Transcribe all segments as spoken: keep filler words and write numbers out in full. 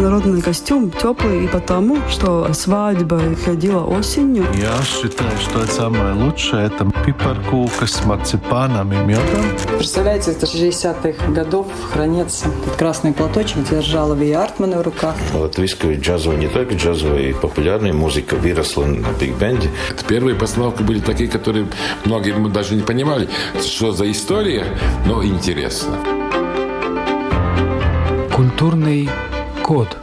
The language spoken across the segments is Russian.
народный костюм теплый и потому, что свадьба ходила осенью. Я считаю, что это самое лучшее. Это пипаркука с марципаном и медом. Представляете, это шестидесятых годов хранится. Этот красный платочек держала Вия Артмана в руках. Латвийская джазовая, не только джазовая, и популярная музыка выросла на биг-бенде. Первые постановки были такие, которые многие мы даже не понимали, что за история, но интересно. Культурный код.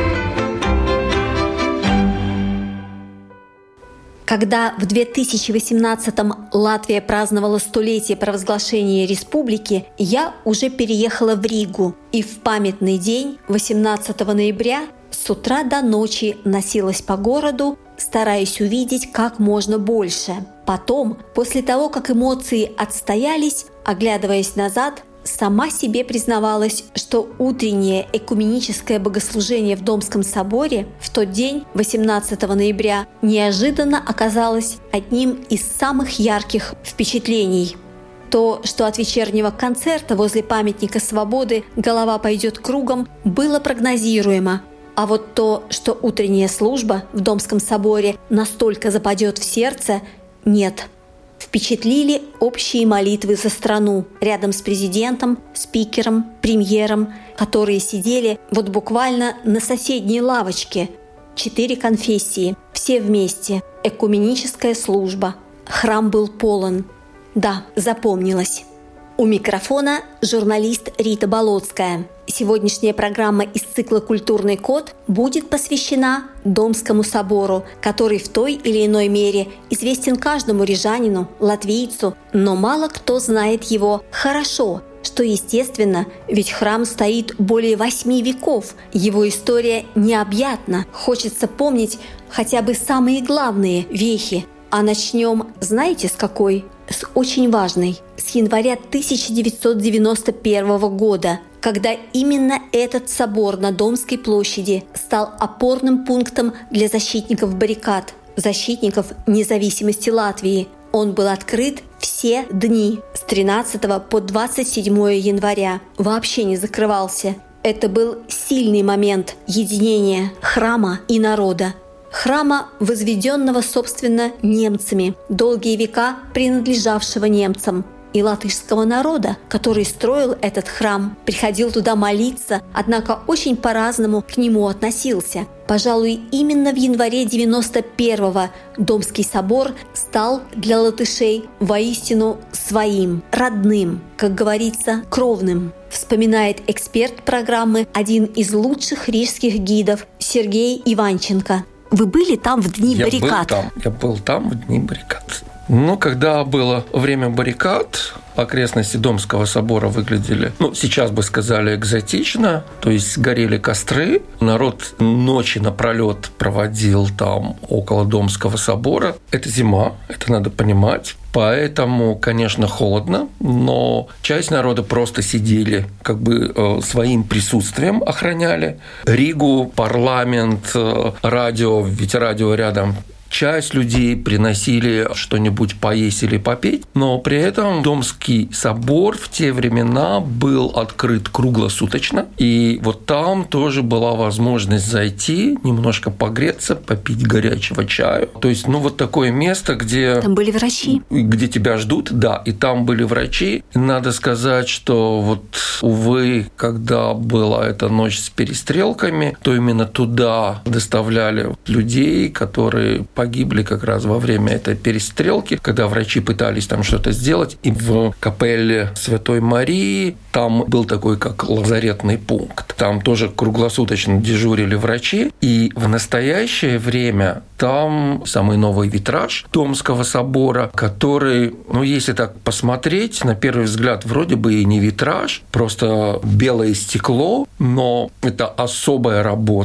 Когда в две тысячи восемнадцатом Латвия праздновала столетие провозглашения республики, я уже переехала в Ригу. И в памятный день, восемнадцатого ноября, с утра до ночи носилась по городу, стараясь увидеть как можно больше. Потом, после того, как эмоции отстоялись, оглядываясь назад, сама себе признавалась, что утреннее экуменическое богослужение в Домском соборе в тот день, восемнадцатого ноября, неожиданно оказалось одним из самых ярких впечатлений. То, что от вечернего концерта возле памятника свободы голова пойдет кругом, было прогнозируемо. А вот то, что утренняя служба в Домском соборе настолько западет в сердце, нет. Впечатлили общие молитвы за страну рядом с президентом, спикером, премьером, которые сидели вот буквально на соседней лавочке. Четыре конфессии, все вместе, экуменическая служба. Храм был полон. Да, запомнилось. У микрофона журналист Рита Болотская. Сегодняшняя программа из цикла «Культурный код» будет посвящена Домскому собору, который в той или иной мере известен каждому рижанину, латвийцу, но мало кто знает его хорошо, что естественно, ведь храм стоит более восьми веков, его история необъятна, хочется помнить хотя бы самые главные вехи. А начнем, знаете, с какой? С очень важной. С января тысяча девятьсот девяносто первого года, когда именно этот собор на Домской площади стал опорным пунктом для защитников баррикад, защитников независимости Латвии. Он был открыт все дни с тринадцатого по двадцать седьмое января. Вообще не закрывался. Это был сильный момент единения храма и народа. Храма, возведенного, собственно, немцами, долгие века принадлежавшего немцам, и латышского народа, который строил этот храм, приходил туда молиться, однако очень по-разному к нему относился. Пожалуй, именно в январе девяносто первого Домский собор стал для латышей воистину своим, родным, как говорится, кровным. Вспоминает эксперт программы, один из лучших рижских гидов Сергей Иванченко. Вы были там в дни я баррикад? Был там, я был там в дни баррикад. Ну, когда было время баррикад, окрестности Домского собора выглядели, ну, сейчас бы сказали, экзотично. То есть горели костры, народ ночи напролёт проводил там около Домского собора. Это зима, это надо понимать. Поэтому, конечно, холодно, но часть народа просто сидели, как бы э, своим присутствием охраняли. Ригу, парламент, э, радио, ведь радио рядом. Часть людей приносили что-нибудь поесть или попить, но при этом Домский собор в те времена был открыт круглосуточно, и вот там тоже была возможность зайти, немножко погреться, попить горячего чаю. То есть, ну, вот такое место, где... Там были врачи. Где тебя ждут, да, и там были врачи. Надо сказать, что вот, увы, когда была эта ночь с перестрелками, то именно туда доставляли людей, которые погибли как раз во время этой перестрелки, когда врачи пытались там что-то сделать. И в капелле Святой Марии там был такой как лазаретный пункт. Там тоже круглосуточно дежурили врачи. И в настоящее время там самый новый витраж Домского собора, который, ну, если так посмотреть, на первый взгляд вроде бы и не витраж, просто белое стекло, но это особая работа.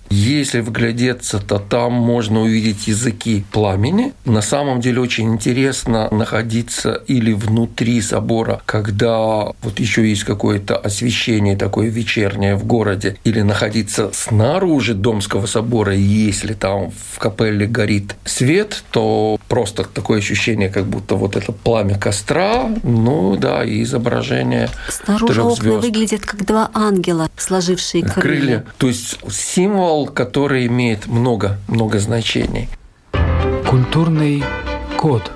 Если вглядеться, то там можно увидеть языки пламени. На самом деле очень интересно находиться или внутри собора, когда вот еще есть какое-то освещение такое вечернее в городе, или находиться снаружи Домского собора, и если там в капелле горит свет, то просто такое ощущение, как будто вот это пламя костра, ну да, и изображение снаружи трех окна звезд. выглядят как два ангела, сложившие крылья. крылья. То есть символ, который имеет много, много значений. Культурный код.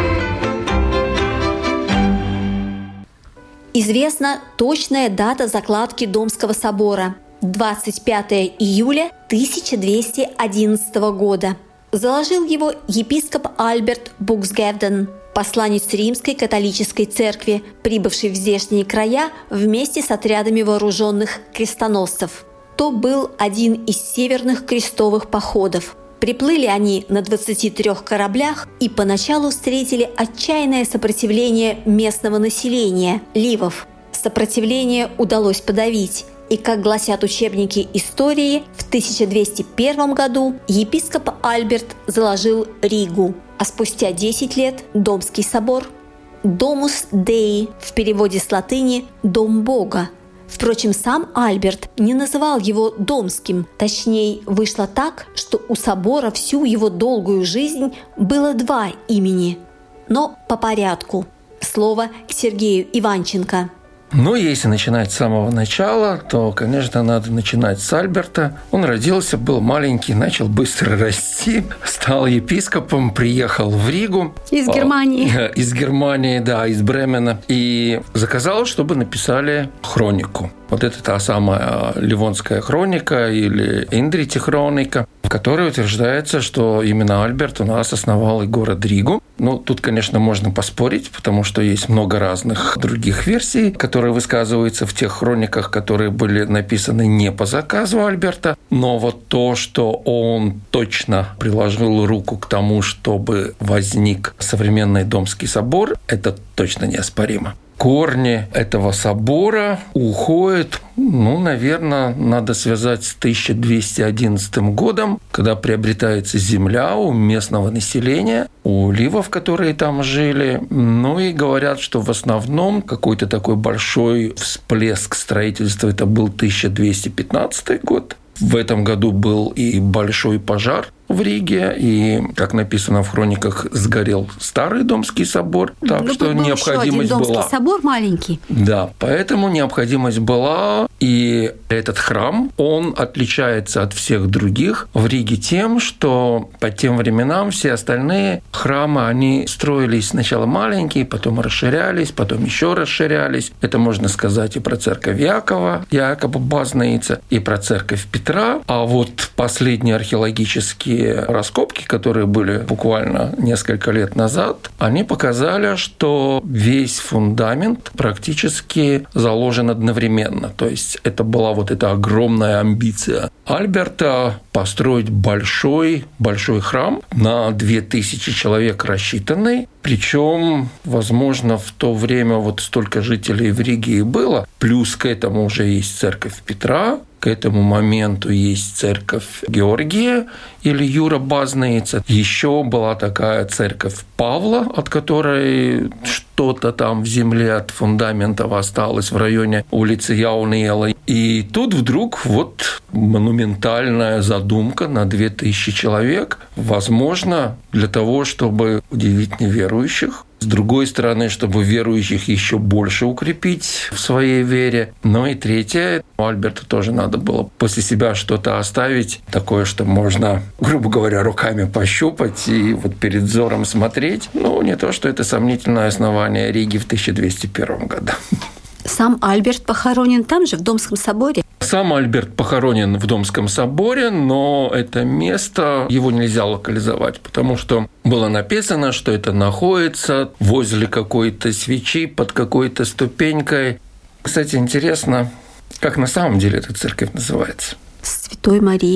Известна точная дата закладки Домского собора – двадцать пятое июля тысяча двести одиннадцатого года. Заложил его епископ Альберт Буксгевден, посланец Римской католической церкви, прибывший в здешние края вместе с отрядами вооруженных крестоносцев. То был один из северных крестовых походов. Приплыли они на двадцати трёх кораблях и поначалу встретили отчаянное сопротивление местного населения – ливов. Сопротивление удалось подавить, и, как гласят учебники истории, в тысяча двести первом году епископ Альберт заложил Ригу, а спустя десять лет – Домский собор. «Домус Деи» в переводе с латыни «дом Бога». Впрочем, сам Альберт не называл его домским. Точнее, вышло так, что у собора всю его долгую жизнь было два имени. Но по порядку. Слово к Сергею Иванченко. Но если начинать с самого начала, то, конечно, надо начинать с Альберта. Он родился, был маленький, начал быстро расти, стал епископом, приехал в Ригу. Из Германии. Из Германии, да, из Бремена. И заказал, чтобы написали хронику. Вот это та самая Ливонская хроника или Индрити хроника, в которой утверждается, что именно Альберт у нас основал и город Ригу. Ну, тут, конечно, можно поспорить, потому что есть много разных других версий, которые высказываются в тех хрониках, которые были написаны не по заказу Альберта. Но вот то, что он точно приложил руку к тому, чтобы возник современный Домский собор, это точно неоспоримо. Корни этого собора уходят, ну, наверное, надо связать с тысяча двести одиннадцатым годом, когда приобретается земля у местного населения, у ливов, которые там жили. Ну и говорят, что в основном какой-то такой большой всплеск строительства это был тысяча двести пятнадцатый год. В этом году был и большой пожар в Риге, и, как написано в хрониках, сгорел старый Домский собор, так ну, что был необходимость еще один была. Домский собор маленький. Да, поэтому необходимость была, и этот храм, он отличается от всех других в Риге тем, что по тем временам все остальные храмы, они строились сначала маленькие, потом расширялись, потом еще расширялись. Это можно сказать и про церковь Якова, Якоба Базнаица, и про церковь Петра. А вот последние археологические раскопки, которые были буквально несколько лет назад, они показали, что весь фундамент практически заложен одновременно. То есть это была вот эта огромная амбиция Альберта построить большой, большой храм на две тысячи человек рассчитанный. Причем, возможно, в то время вот столько жителей в Риге и было. Плюс к этому уже есть церковь Петра, к этому моменту есть церковь Георгия или Юра Базнаица. Еще была такая церковь Павла, от которой что-то там в земле от фундаментов осталось в районе улицы Яуниела. И тут вдруг вот монументальная задумка на две тысячи человек. Возможно, для того, чтобы удивить неверующих. С другой стороны, чтобы верующих еще больше укрепить в своей вере. Ну и третье, Альберту тоже надо было после себя что-то оставить, такое, что можно, грубо говоря, руками пощупать и вот перед взором смотреть. Ну, не то, что это сомнительное основание Риги в тысяча двести первом году. Сам Альберт похоронен там же, в Домском соборе? Сам Альберт похоронен в Домском соборе, но это место, его нельзя локализовать, потому что было написано, что это находится возле какой-то свечи, под какой-то ступенькой. Кстати, интересно, как на самом деле эта церковь называется? Святой Марии.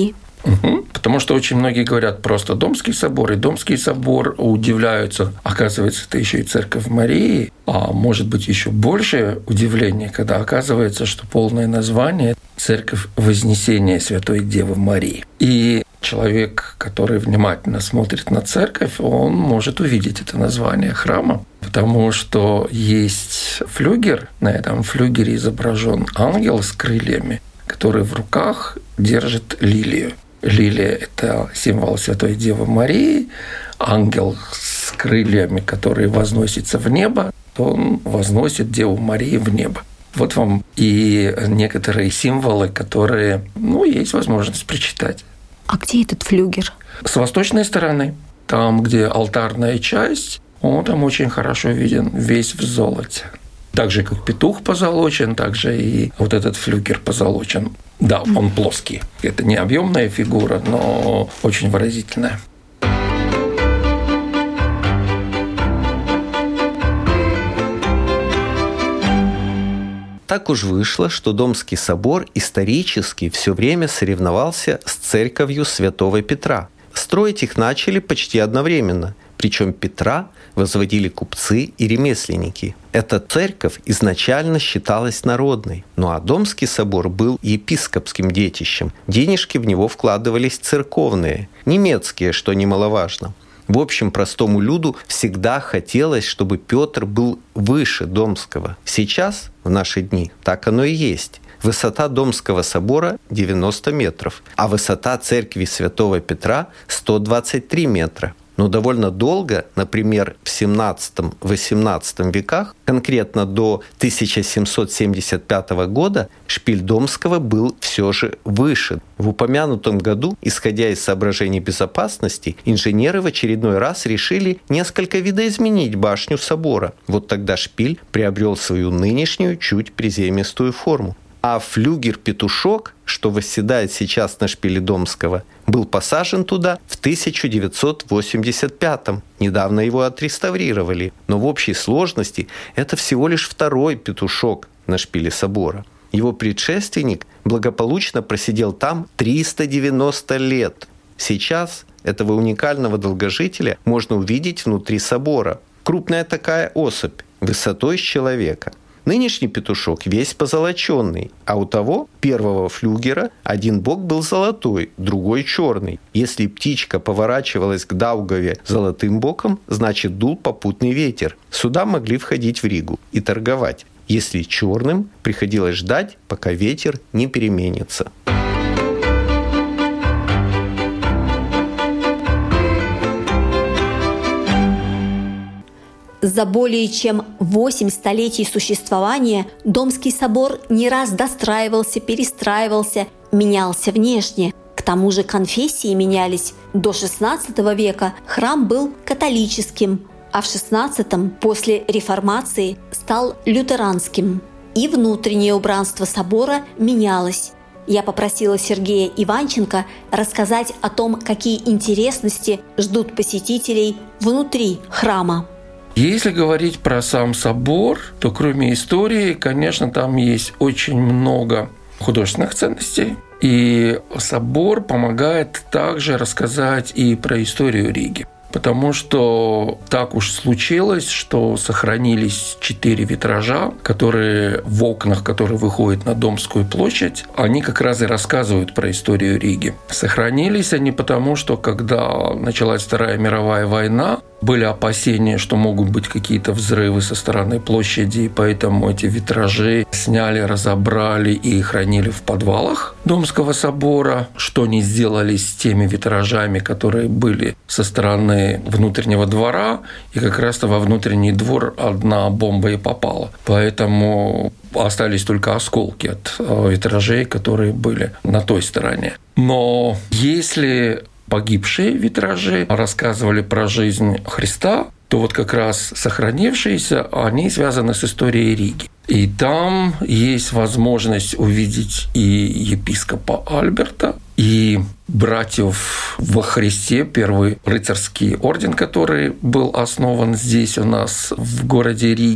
Угу. Потому что очень многие говорят просто Домский собор, и Домский собор удивляются. Оказывается, это еще и Церковь Марии. А может быть, еще больше удивления, когда оказывается, что полное название – Церковь Вознесения Святой Девы Марии. И человек, который внимательно смотрит на церковь, он может увидеть это название храма, потому что есть флюгер, на этом флюгере изображен ангел с крыльями, который в руках держит лилию. Лилия – это символ Святой Девы Марии, ангел с крыльями, который возносится в небо, он возносит Деву Марию в небо. Вот вам и некоторые символы, которые, ну, есть возможность прочитать. А где этот флюгер? С восточной стороны, там, где алтарная часть, он там очень хорошо виден, весь в золоте. Так же, как петух позолочен, так же и вот этот флюгер позолочен. Да, он плоский. Это не объемная фигура, но очень выразительная. Так уж вышло, что Домский собор исторически все время соревновался с церковью Святого Петра. Строить их начали почти одновременно, причем Петра возводили купцы и ремесленники. Эта церковь изначально считалась народной, ну а Домский собор был епископским детищем. Денежки в него вкладывались церковные, немецкие, что немаловажно. В общем, простому люду всегда хотелось, чтобы Петр был выше Домского. Сейчас, в наши дни, так оно и есть. Высота Домского собора девяносто метров, а высота церкви Святого Петра сто двадцать три метра. Но довольно долго, например, в семнадцатом-восемнадцатом веках, конкретно до тысяча семьсот семьдесят пятого года, шпиль Домского был все же выше. В упомянутом году, исходя из соображений безопасности, инженеры в очередной раз решили несколько видоизменить башню собора. Вот тогда шпиль приобрел свою нынешнюю, чуть приземистую форму. А флюгер-петушок, что восседает сейчас на шпиле Домского, был посажен туда в тысяча девятьсот восемьдесят пятом. Недавно его отреставрировали. Но в общей сложности это всего лишь второй петушок на шпиле собора. Его предшественник благополучно просидел там триста девяносто лет. Сейчас этого уникального долгожителя можно увидеть внутри собора. Крупная такая особь, высотой с человека. Нынешний петушок весь позолоченный, а у того, первого флюгера, один бок был золотой, другой черный. Если птичка поворачивалась к Даугаве золотым боком, значит дул попутный ветер. Сюда могли входить в Ригу и торговать. Если черным, приходилось ждать, пока ветер не переменится. За более чем восемь столетий существования Домский собор не раз достраивался, перестраивался, менялся внешне. К тому же конфессии менялись. До шестнадцатого века храм был католическим, а в шестнадцатом, после реформации, стал лютеранским. И внутреннее убранство собора менялось. Я попросила Сергея Иванченко рассказать о том, какие интересности ждут посетителей внутри храма. Если говорить про сам собор, то кроме истории, конечно, там есть очень много художественных ценностей. И собор помогает также рассказать и про историю Риги. Потому что так уж случилось, что сохранились четыре витража, которые в окнах, которые выходят на Домскую площадь, они как раз и рассказывают про историю Риги. Сохранились они потому, что когда началась Вторая мировая война, были опасения, что могут быть какие-то взрывы со стороны площади, и поэтому эти витражи сняли, разобрали и хранили в подвалах Домского собора. Что они сделали с теми витражами, которые были со стороны внутреннего двора, и как раз-то во внутренний двор одна бомба и попала. Поэтому остались только осколки от витражей, которые были на той стороне. Но если погибшие витражи рассказывали про жизнь Христа, то вот как раз сохранившиеся, они связаны с историей Риги. И там есть возможность увидеть и епископа Альберта, и братьев во Христе, первый рыцарский орден, который был основан здесь у нас в городе Риге.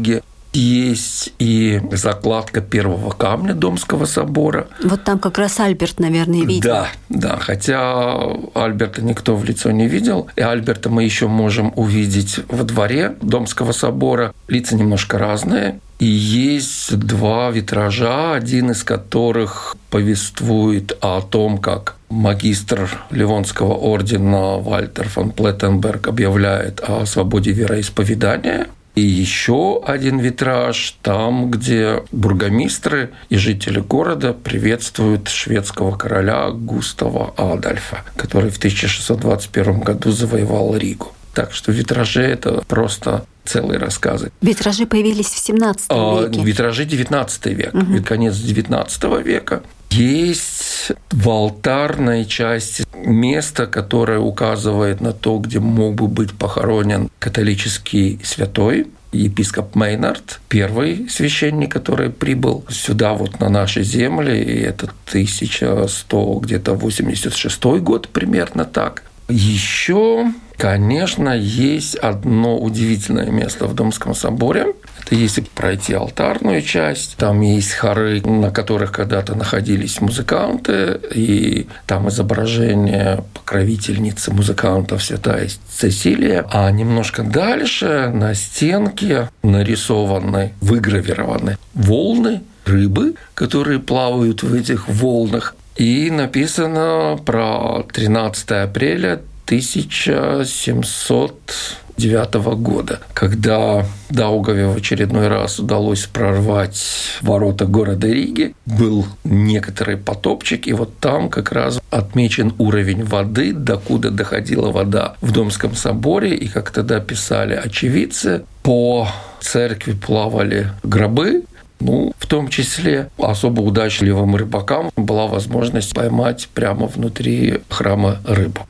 Есть и закладка первого камня Домского собора. Вот там как раз Альберт, наверное, видел. Да, да, хотя Альберта никто в лицо не видел, и Альберта мы еще можем увидеть во дворе Домского собора. Лица немножко разные. И есть два витража, один из которых повествует о том, как магистр Ливонского ордена Вальтер фон Плеттенберг объявляет о свободе вероисповедания. И еще один витраж там, где бургомистры и жители города приветствуют шведского короля Густава Адольфа, который в тысяча шестьсот двадцать первом году завоевал Ригу. Так что витражи – это просто целые рассказы. Витражи появились в семнадцатом веке. Витражи девятнадцатый век, угу. конец девятнадцатого века. Есть в алтарной части место, которое указывает на то, где мог бы быть похоронен католический святой, епископ Мейнард, первый священник, который прибыл сюда, вот на наши земли, и это тысяча сто где-то восемьдесят шестой год, примерно так. Еще, конечно, есть одно удивительное место в Домском соборе. Это если пройти алтарную часть, там есть хоры, на которых когда-то находились музыканты, и там изображение покровительницы музыкантов святая Цесилия. А немножко дальше на стенке нарисованы, выгравированы волны, рыбы, которые плавают в этих волнах. И написано про тринадцатое апреля тысяча семьсот девятого года, когда Даугаве в очередной раз удалось прорвать ворота города Риги. Был некоторый потопчик, и вот там как раз отмечен уровень воды, докуда доходила вода в Домском соборе. И как тогда писали очевидцы, по церкви плавали гробы. Ну, в том числе особо удачливым рыбакам была возможность поймать прямо внутри храма рыбу.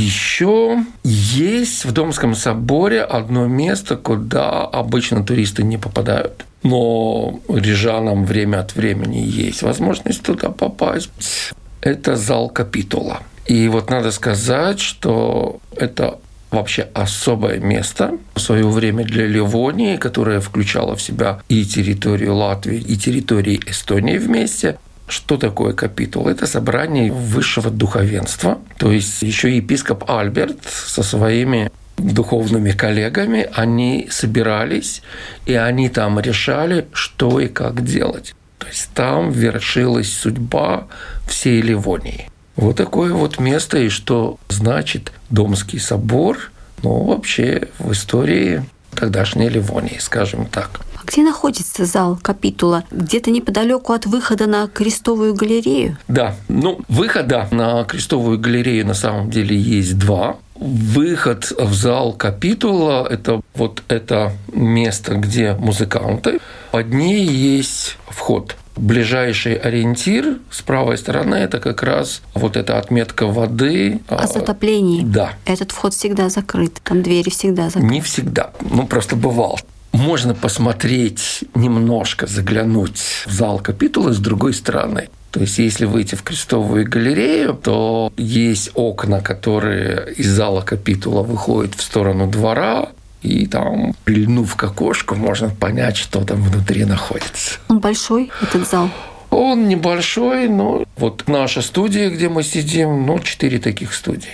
Еще есть в Домском соборе одно место, куда обычно туристы не попадают. Но рижанам время от времени есть возможность туда попасть. Это зал капитула. И вот надо сказать, что это вообще особое место в свое время для Ливонии, которое включало в себя и территорию Латвии, и территорию Эстонии вместе. Что такое капитула? Это собрание высшего духовенства. То есть еще епископ Альберт со своими духовными коллегами, они собирались, и они там решали, что и как делать. То есть там вершилась судьба всей Ливонии. Вот такое вот место, и что значит Домский собор, ну, вообще в истории тогдашней Ливонии, скажем так. А где находится зал капитула? Где-то неподалеку от выхода на Крестовую галерею? Да, ну, выхода на Крестовую галерею на самом деле есть два. Выход в зал капитула – это вот это место, где музыканты. Под ней есть вход. Ближайший ориентир с правой стороны – это как раз вот эта отметка воды. О затоплении? Да. Этот вход всегда закрыт, там двери всегда закрыты? Не всегда, ну просто бывал. Можно посмотреть, немножко заглянуть в зал капитула с другой стороны. То есть, если выйти в Крестовую галерею, то есть окна, которые из зала капитула выходят в сторону двора, и там, прильнув к окошку, можно понять, что там внутри находится. Он большой, этот зал? Он небольшой, но вот наша студия, где мы сидим, ну, четыре таких студии.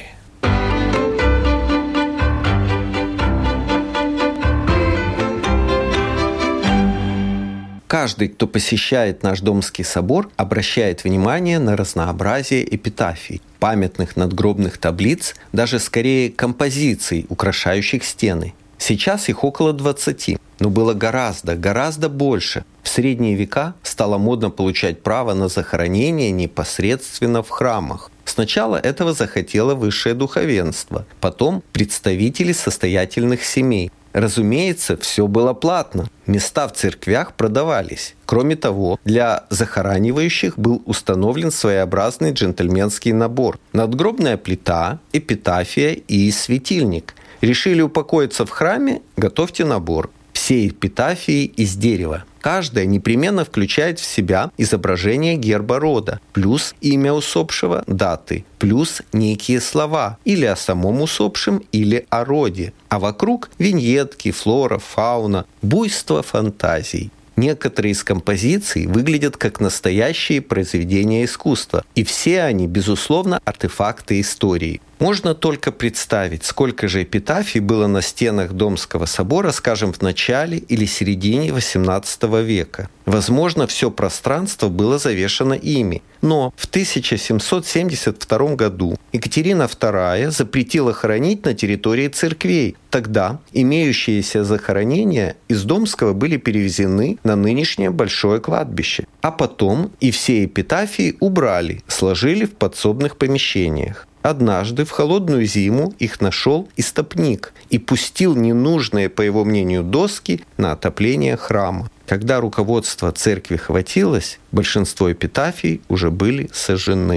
Каждый, кто посещает наш Домский собор, обращает внимание на разнообразие эпитафий, памятных надгробных таблиц, даже скорее композиций, украшающих стены. Сейчас их около двадцати, но было гораздо, гораздо больше. В средние века стало модно получать право на захоронение непосредственно в храмах. Сначала этого захотело высшее духовенство, потом представители состоятельных семей. Разумеется, все было платно. Места в церквях продавались. Кроме того, для захоранивающих был установлен своеобразный джентльменский набор. Надгробная плита, эпитафия и светильник. Решили упокоиться в храме? Готовьте набор. Все эпитафии из дерева. Каждая непременно включает в себя изображение герба рода, плюс имя усопшего, даты, плюс некие слова или о самом усопшем, или о роде. А вокруг виньетки, флора, фауна, буйство фантазий. Некоторые из композиций выглядят как настоящие произведения искусства, и все они, безусловно, артефакты истории. Можно только представить, сколько же эпитафий было на стенах Домского собора, скажем, в начале или середине восемнадцатого века. Возможно, все пространство было завешено ими. Но в тысяча семьсот семьдесят втором году Екатерина вторая запретила хоронить на территории церквей. Тогда имеющиеся захоронения из Домского были перевезены на нынешнее Большое кладбище. А потом и все эпитафии убрали, сложили в подсобных помещениях. Однажды в холодную зиму их нашел истопник и пустил ненужные, по его мнению, доски на отопление храма. Когда руководство церкви хватилось, большинство эпитафий уже были сожжены.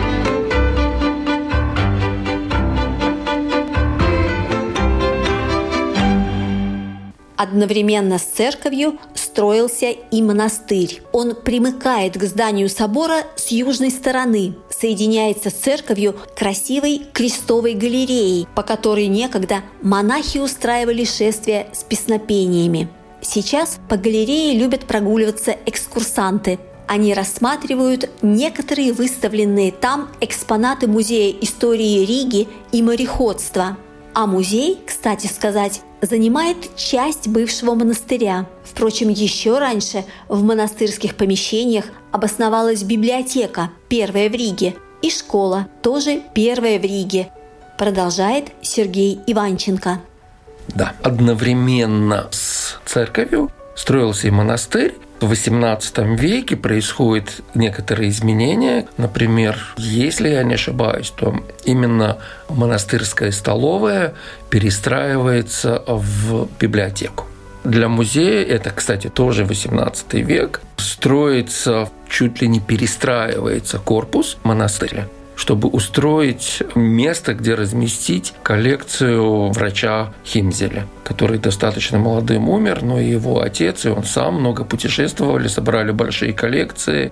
Одновременно с церковью строился и монастырь. Он примыкает к зданию собора с южной стороны, соединяется с церковью красивой крестовой галереей, по которой некогда монахи устраивали шествия с песнопениями. Сейчас по галерее любят прогуливаться экскурсанты. Они рассматривают некоторые выставленные там экспонаты Музея истории Риги и мореходства. А музей, кстати сказать, занимает часть бывшего монастыря. Впрочем, еще раньше в монастырских помещениях обосновалась библиотека, первая в Риге, и школа, тоже первая в Риге, продолжает Сергей Иванченко. Да, одновременно с церковью строился и монастырь. В восемнадцатом веке происходят некоторые изменения. Например, если я не ошибаюсь, то именно монастырская столовая перестраивается в библиотеку. Для музея, это, кстати, тоже восемнадцатый век, строится, чуть ли не перестраивается корпус монастыря, чтобы устроить место, где разместить коллекцию врача Химзеля, который достаточно молодым умер, но и его отец, и он сам много путешествовали, собрали большие коллекции,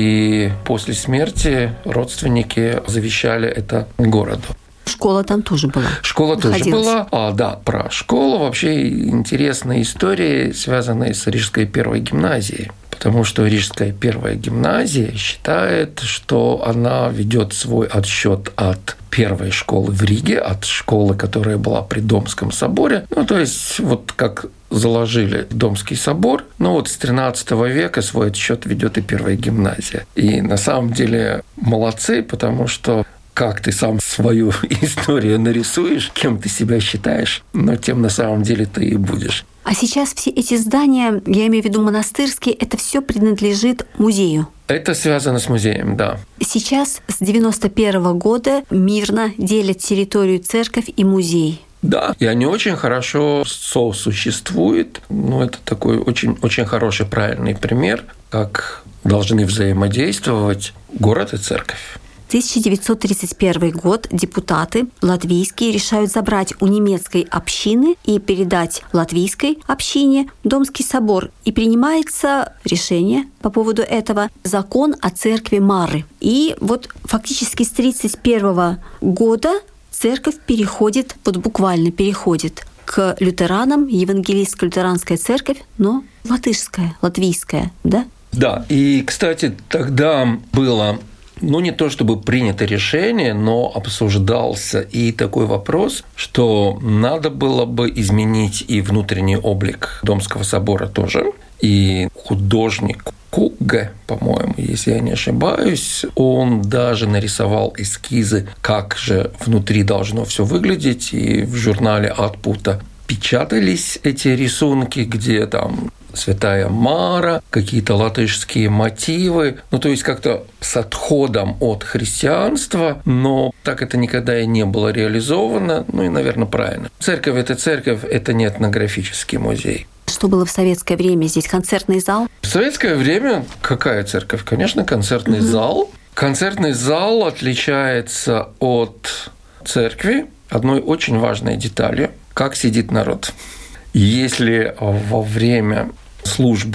и после смерти родственники завещали это городу. Школа там тоже была. Школа тоже была. А, да, про школу вообще интересные истории, связанные с Рижской первой гимназией. Потому что Рижская первая гимназия считает, что она ведет свой отсчет от первой школы в Риге, от школы, которая была при Домском соборе. Ну, то есть, вот как заложили Домский собор, ну вот с тринадцатого века свой отсчет ведет и первая гимназия. И на самом деле молодцы, потому что как ты сам свою историю нарисуешь, кем ты себя считаешь, но тем на самом деле ты и будешь. А сейчас все эти здания, я имею в виду монастырские, это все принадлежит музею? Это связано с музеем, да. Сейчас с девяносто первого года мирно делят территорию церковь и музей. Да, и они очень хорошо сосуществуют. Ну, это такой очень, очень хороший, правильный пример, как должны взаимодействовать город и церковь. тысяча девятьсот тридцать первый год депутаты латвийские решают забрать у немецкой общины и передать латвийской общине Домский собор. И принимается решение по поводу этого закон о церкви Мары. И вот фактически с тридцать первого года церковь переходит, вот буквально переходит к лютеранам, евангелийская лютеранская церковь, но латышская, латвийская, да? Да, и, кстати, тогда было... Ну, не то чтобы принято решение, но обсуждался и такой вопрос, что надо было бы изменить и внутренний облик Домского собора тоже. И художник Кугге, по-моему, если я не ошибаюсь, он даже нарисовал эскизы, как же внутри должно все выглядеть. И в журнале «Атпута» печатались эти рисунки, где там Святая Мара, какие-то латышские мотивы. Ну, то есть как-то с отходом от христианства, но так это никогда и не было реализовано. Ну и, наверное, правильно. Церковь – это церковь, это не этнографический музей. Что было в советское время? Здесь концертный зал? В советское время какая церковь? Конечно, концертный угу. зал. Концертный зал отличается от церкви одной очень важной деталью – как сидит народ. Если во время службы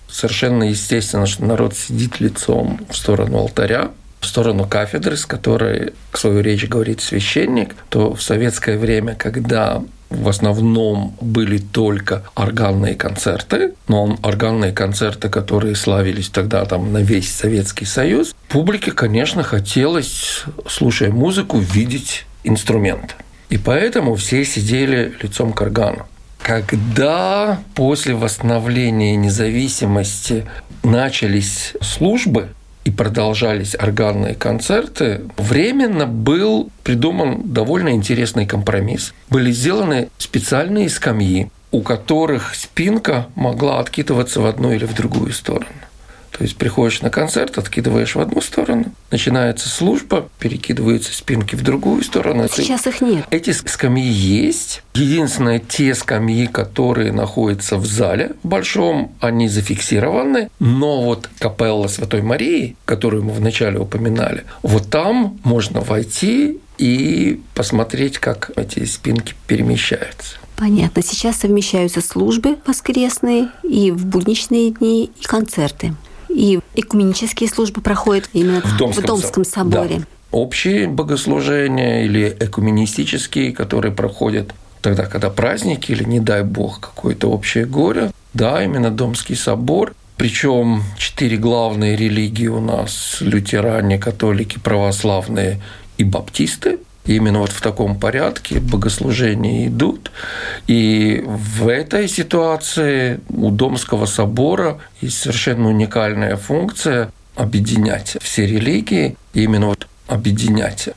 Совершенно естественно, что народ сидит лицом в сторону алтаря, в сторону кафедры, с которой свою речь говорит священник, то в советское время, когда в основном были только органные концерты, но органные концерты, которые славились тогда там на весь Советский Союз, публике, конечно, хотелось, слушая музыку, видеть инструмент. И поэтому все сидели лицом к органу. Когда после восстановления независимости начались службы и продолжались органные концерты, временно был придуман довольно интересный компромисс. Были сделаны специальные скамьи, у которых спинка могла откидываться в одну или в другую сторону. То есть приходишь на концерт, откидываешь в одну сторону, начинается служба, перекидываются спинки в другую сторону. Сейчас их нет. Эти скамьи есть. Единственное, те скамьи, которые находятся в зале большом, они зафиксированы. Но вот капелла Святой Марии, которую мы вначале упоминали, вот там можно войти и посмотреть, как эти спинки перемещаются. Понятно. Сейчас совмещаются службы воскресные и в будничные дни, и концерты. И экуменические службы проходят именно в Домском, в Домском соборе. Да. Общие богослужения или экуменистические, которые проходят тогда, когда праздники или, не дай бог, какое-то общее горе. Да, именно Домский собор. Причем четыре главные религии у нас – лютеране, католики, православные и баптисты. И именно вот в таком порядке богослужения идут. И в этой ситуации у Домского собора есть совершенно уникальная функция объединять все религии, и именно вот объединять.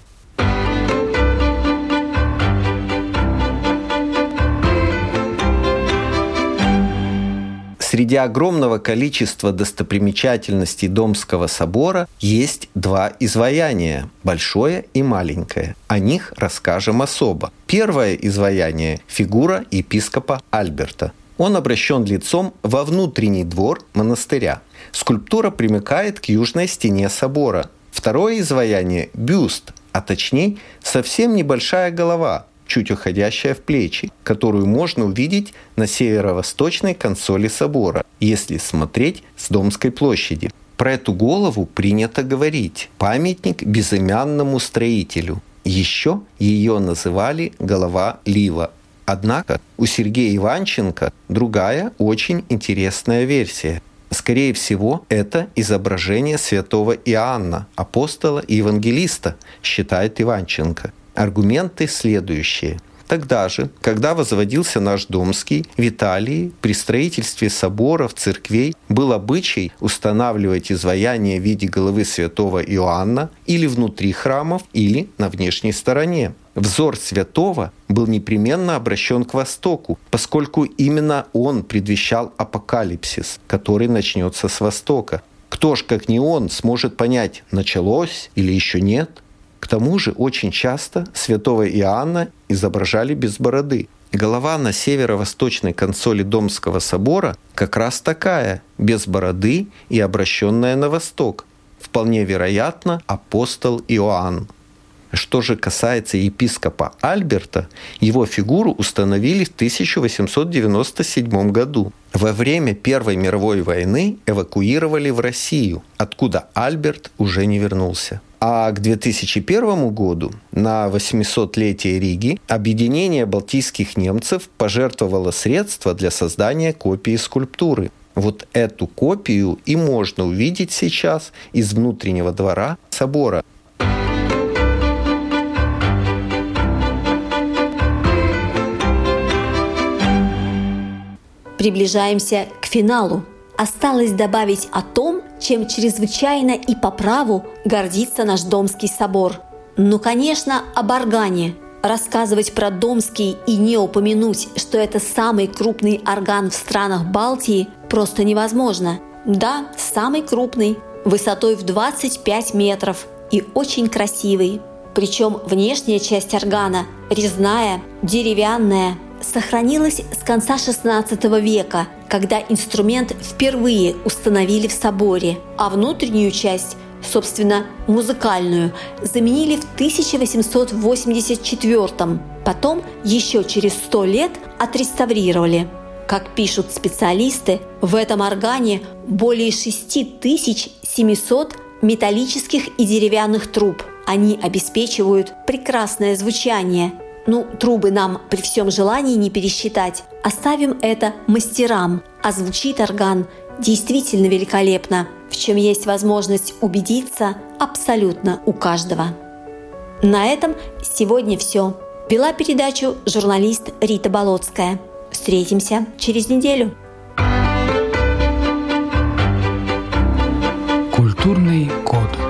Среди огромного количества достопримечательностей Домского собора есть два изваяния – большое и маленькое. О них расскажем особо. Первое изваяние – фигура епископа Альберта. Он обращен лицом во внутренний двор монастыря. Скульптура примыкает к южной стене собора. Второе изваяние – бюст, а точнее совсем небольшая голова, чуть уходящая в плечи, которую можно увидеть на северо-восточной консоли собора, если смотреть с Домской площади. Про эту голову принято говорить «памятник безымянному строителю». Еще ее называли «голова Лива». Однако у Сергея Иванченко другая очень интересная версия. Скорее всего, это изображение святого Иоанна, апостола и евангелиста, считает Иванченко. Аргументы следующие. Тогда же, когда возводился наш Домский, в Италии при строительстве соборов, церквей был обычай устанавливать изваяние в виде головы святого Иоанна или внутри храмов, или на внешней стороне. Взор святого был непременно обращен к востоку, поскольку именно он предвещал апокалипсис, который начнется с востока. Кто ж, как не он, сможет понять, началось или еще нет? К тому же очень часто святого Иоанна изображали без бороды. Голова на северо-восточной консоли Домского собора как раз такая, без бороды и обращенная на восток. Вполне вероятно, апостол Иоанн. Что же касается епископа Альберта, его фигуру установили в тысяча восемьсот девяносто седьмом году. Во время Первой мировой войны эвакуировали в Россию, откуда Альберт уже не вернулся. А к две тысячи первому году, на восьмисотлетие Риги, объединение балтийских немцев пожертвовало средства для создания копии скульптуры. Вот эту копию и можно увидеть сейчас из внутреннего двора собора. Приближаемся к финалу. Осталось добавить о том, чем чрезвычайно и по праву гордится наш Домский собор. Ну, конечно, об органе. Рассказывать про Домский и не упомянуть, что это самый крупный орган в странах Балтии, просто невозможно. Да, самый крупный, высотой в двадцать пять метров и очень красивый. Причем внешняя часть органа, резная, деревянная, сохранилась с конца шестнадцатого века, когда инструмент впервые установили в соборе, а внутреннюю часть, собственно, музыкальную, заменили в тысяча восемьсот восемьдесят четвёртом. Потом еще через сто лет отреставрировали. Как пишут специалисты, в этом органе более шесть тысяч семьсот металлических и деревянных труб. Они обеспечивают прекрасное звучание. Ну, трубы нам при всем желании не пересчитать. Оставим это мастерам. А звучит орган действительно великолепно, в чем есть возможность убедиться абсолютно у каждого. На этом сегодня все. Вела передачу журналист Рита Болотская. Встретимся через неделю. Культурный код.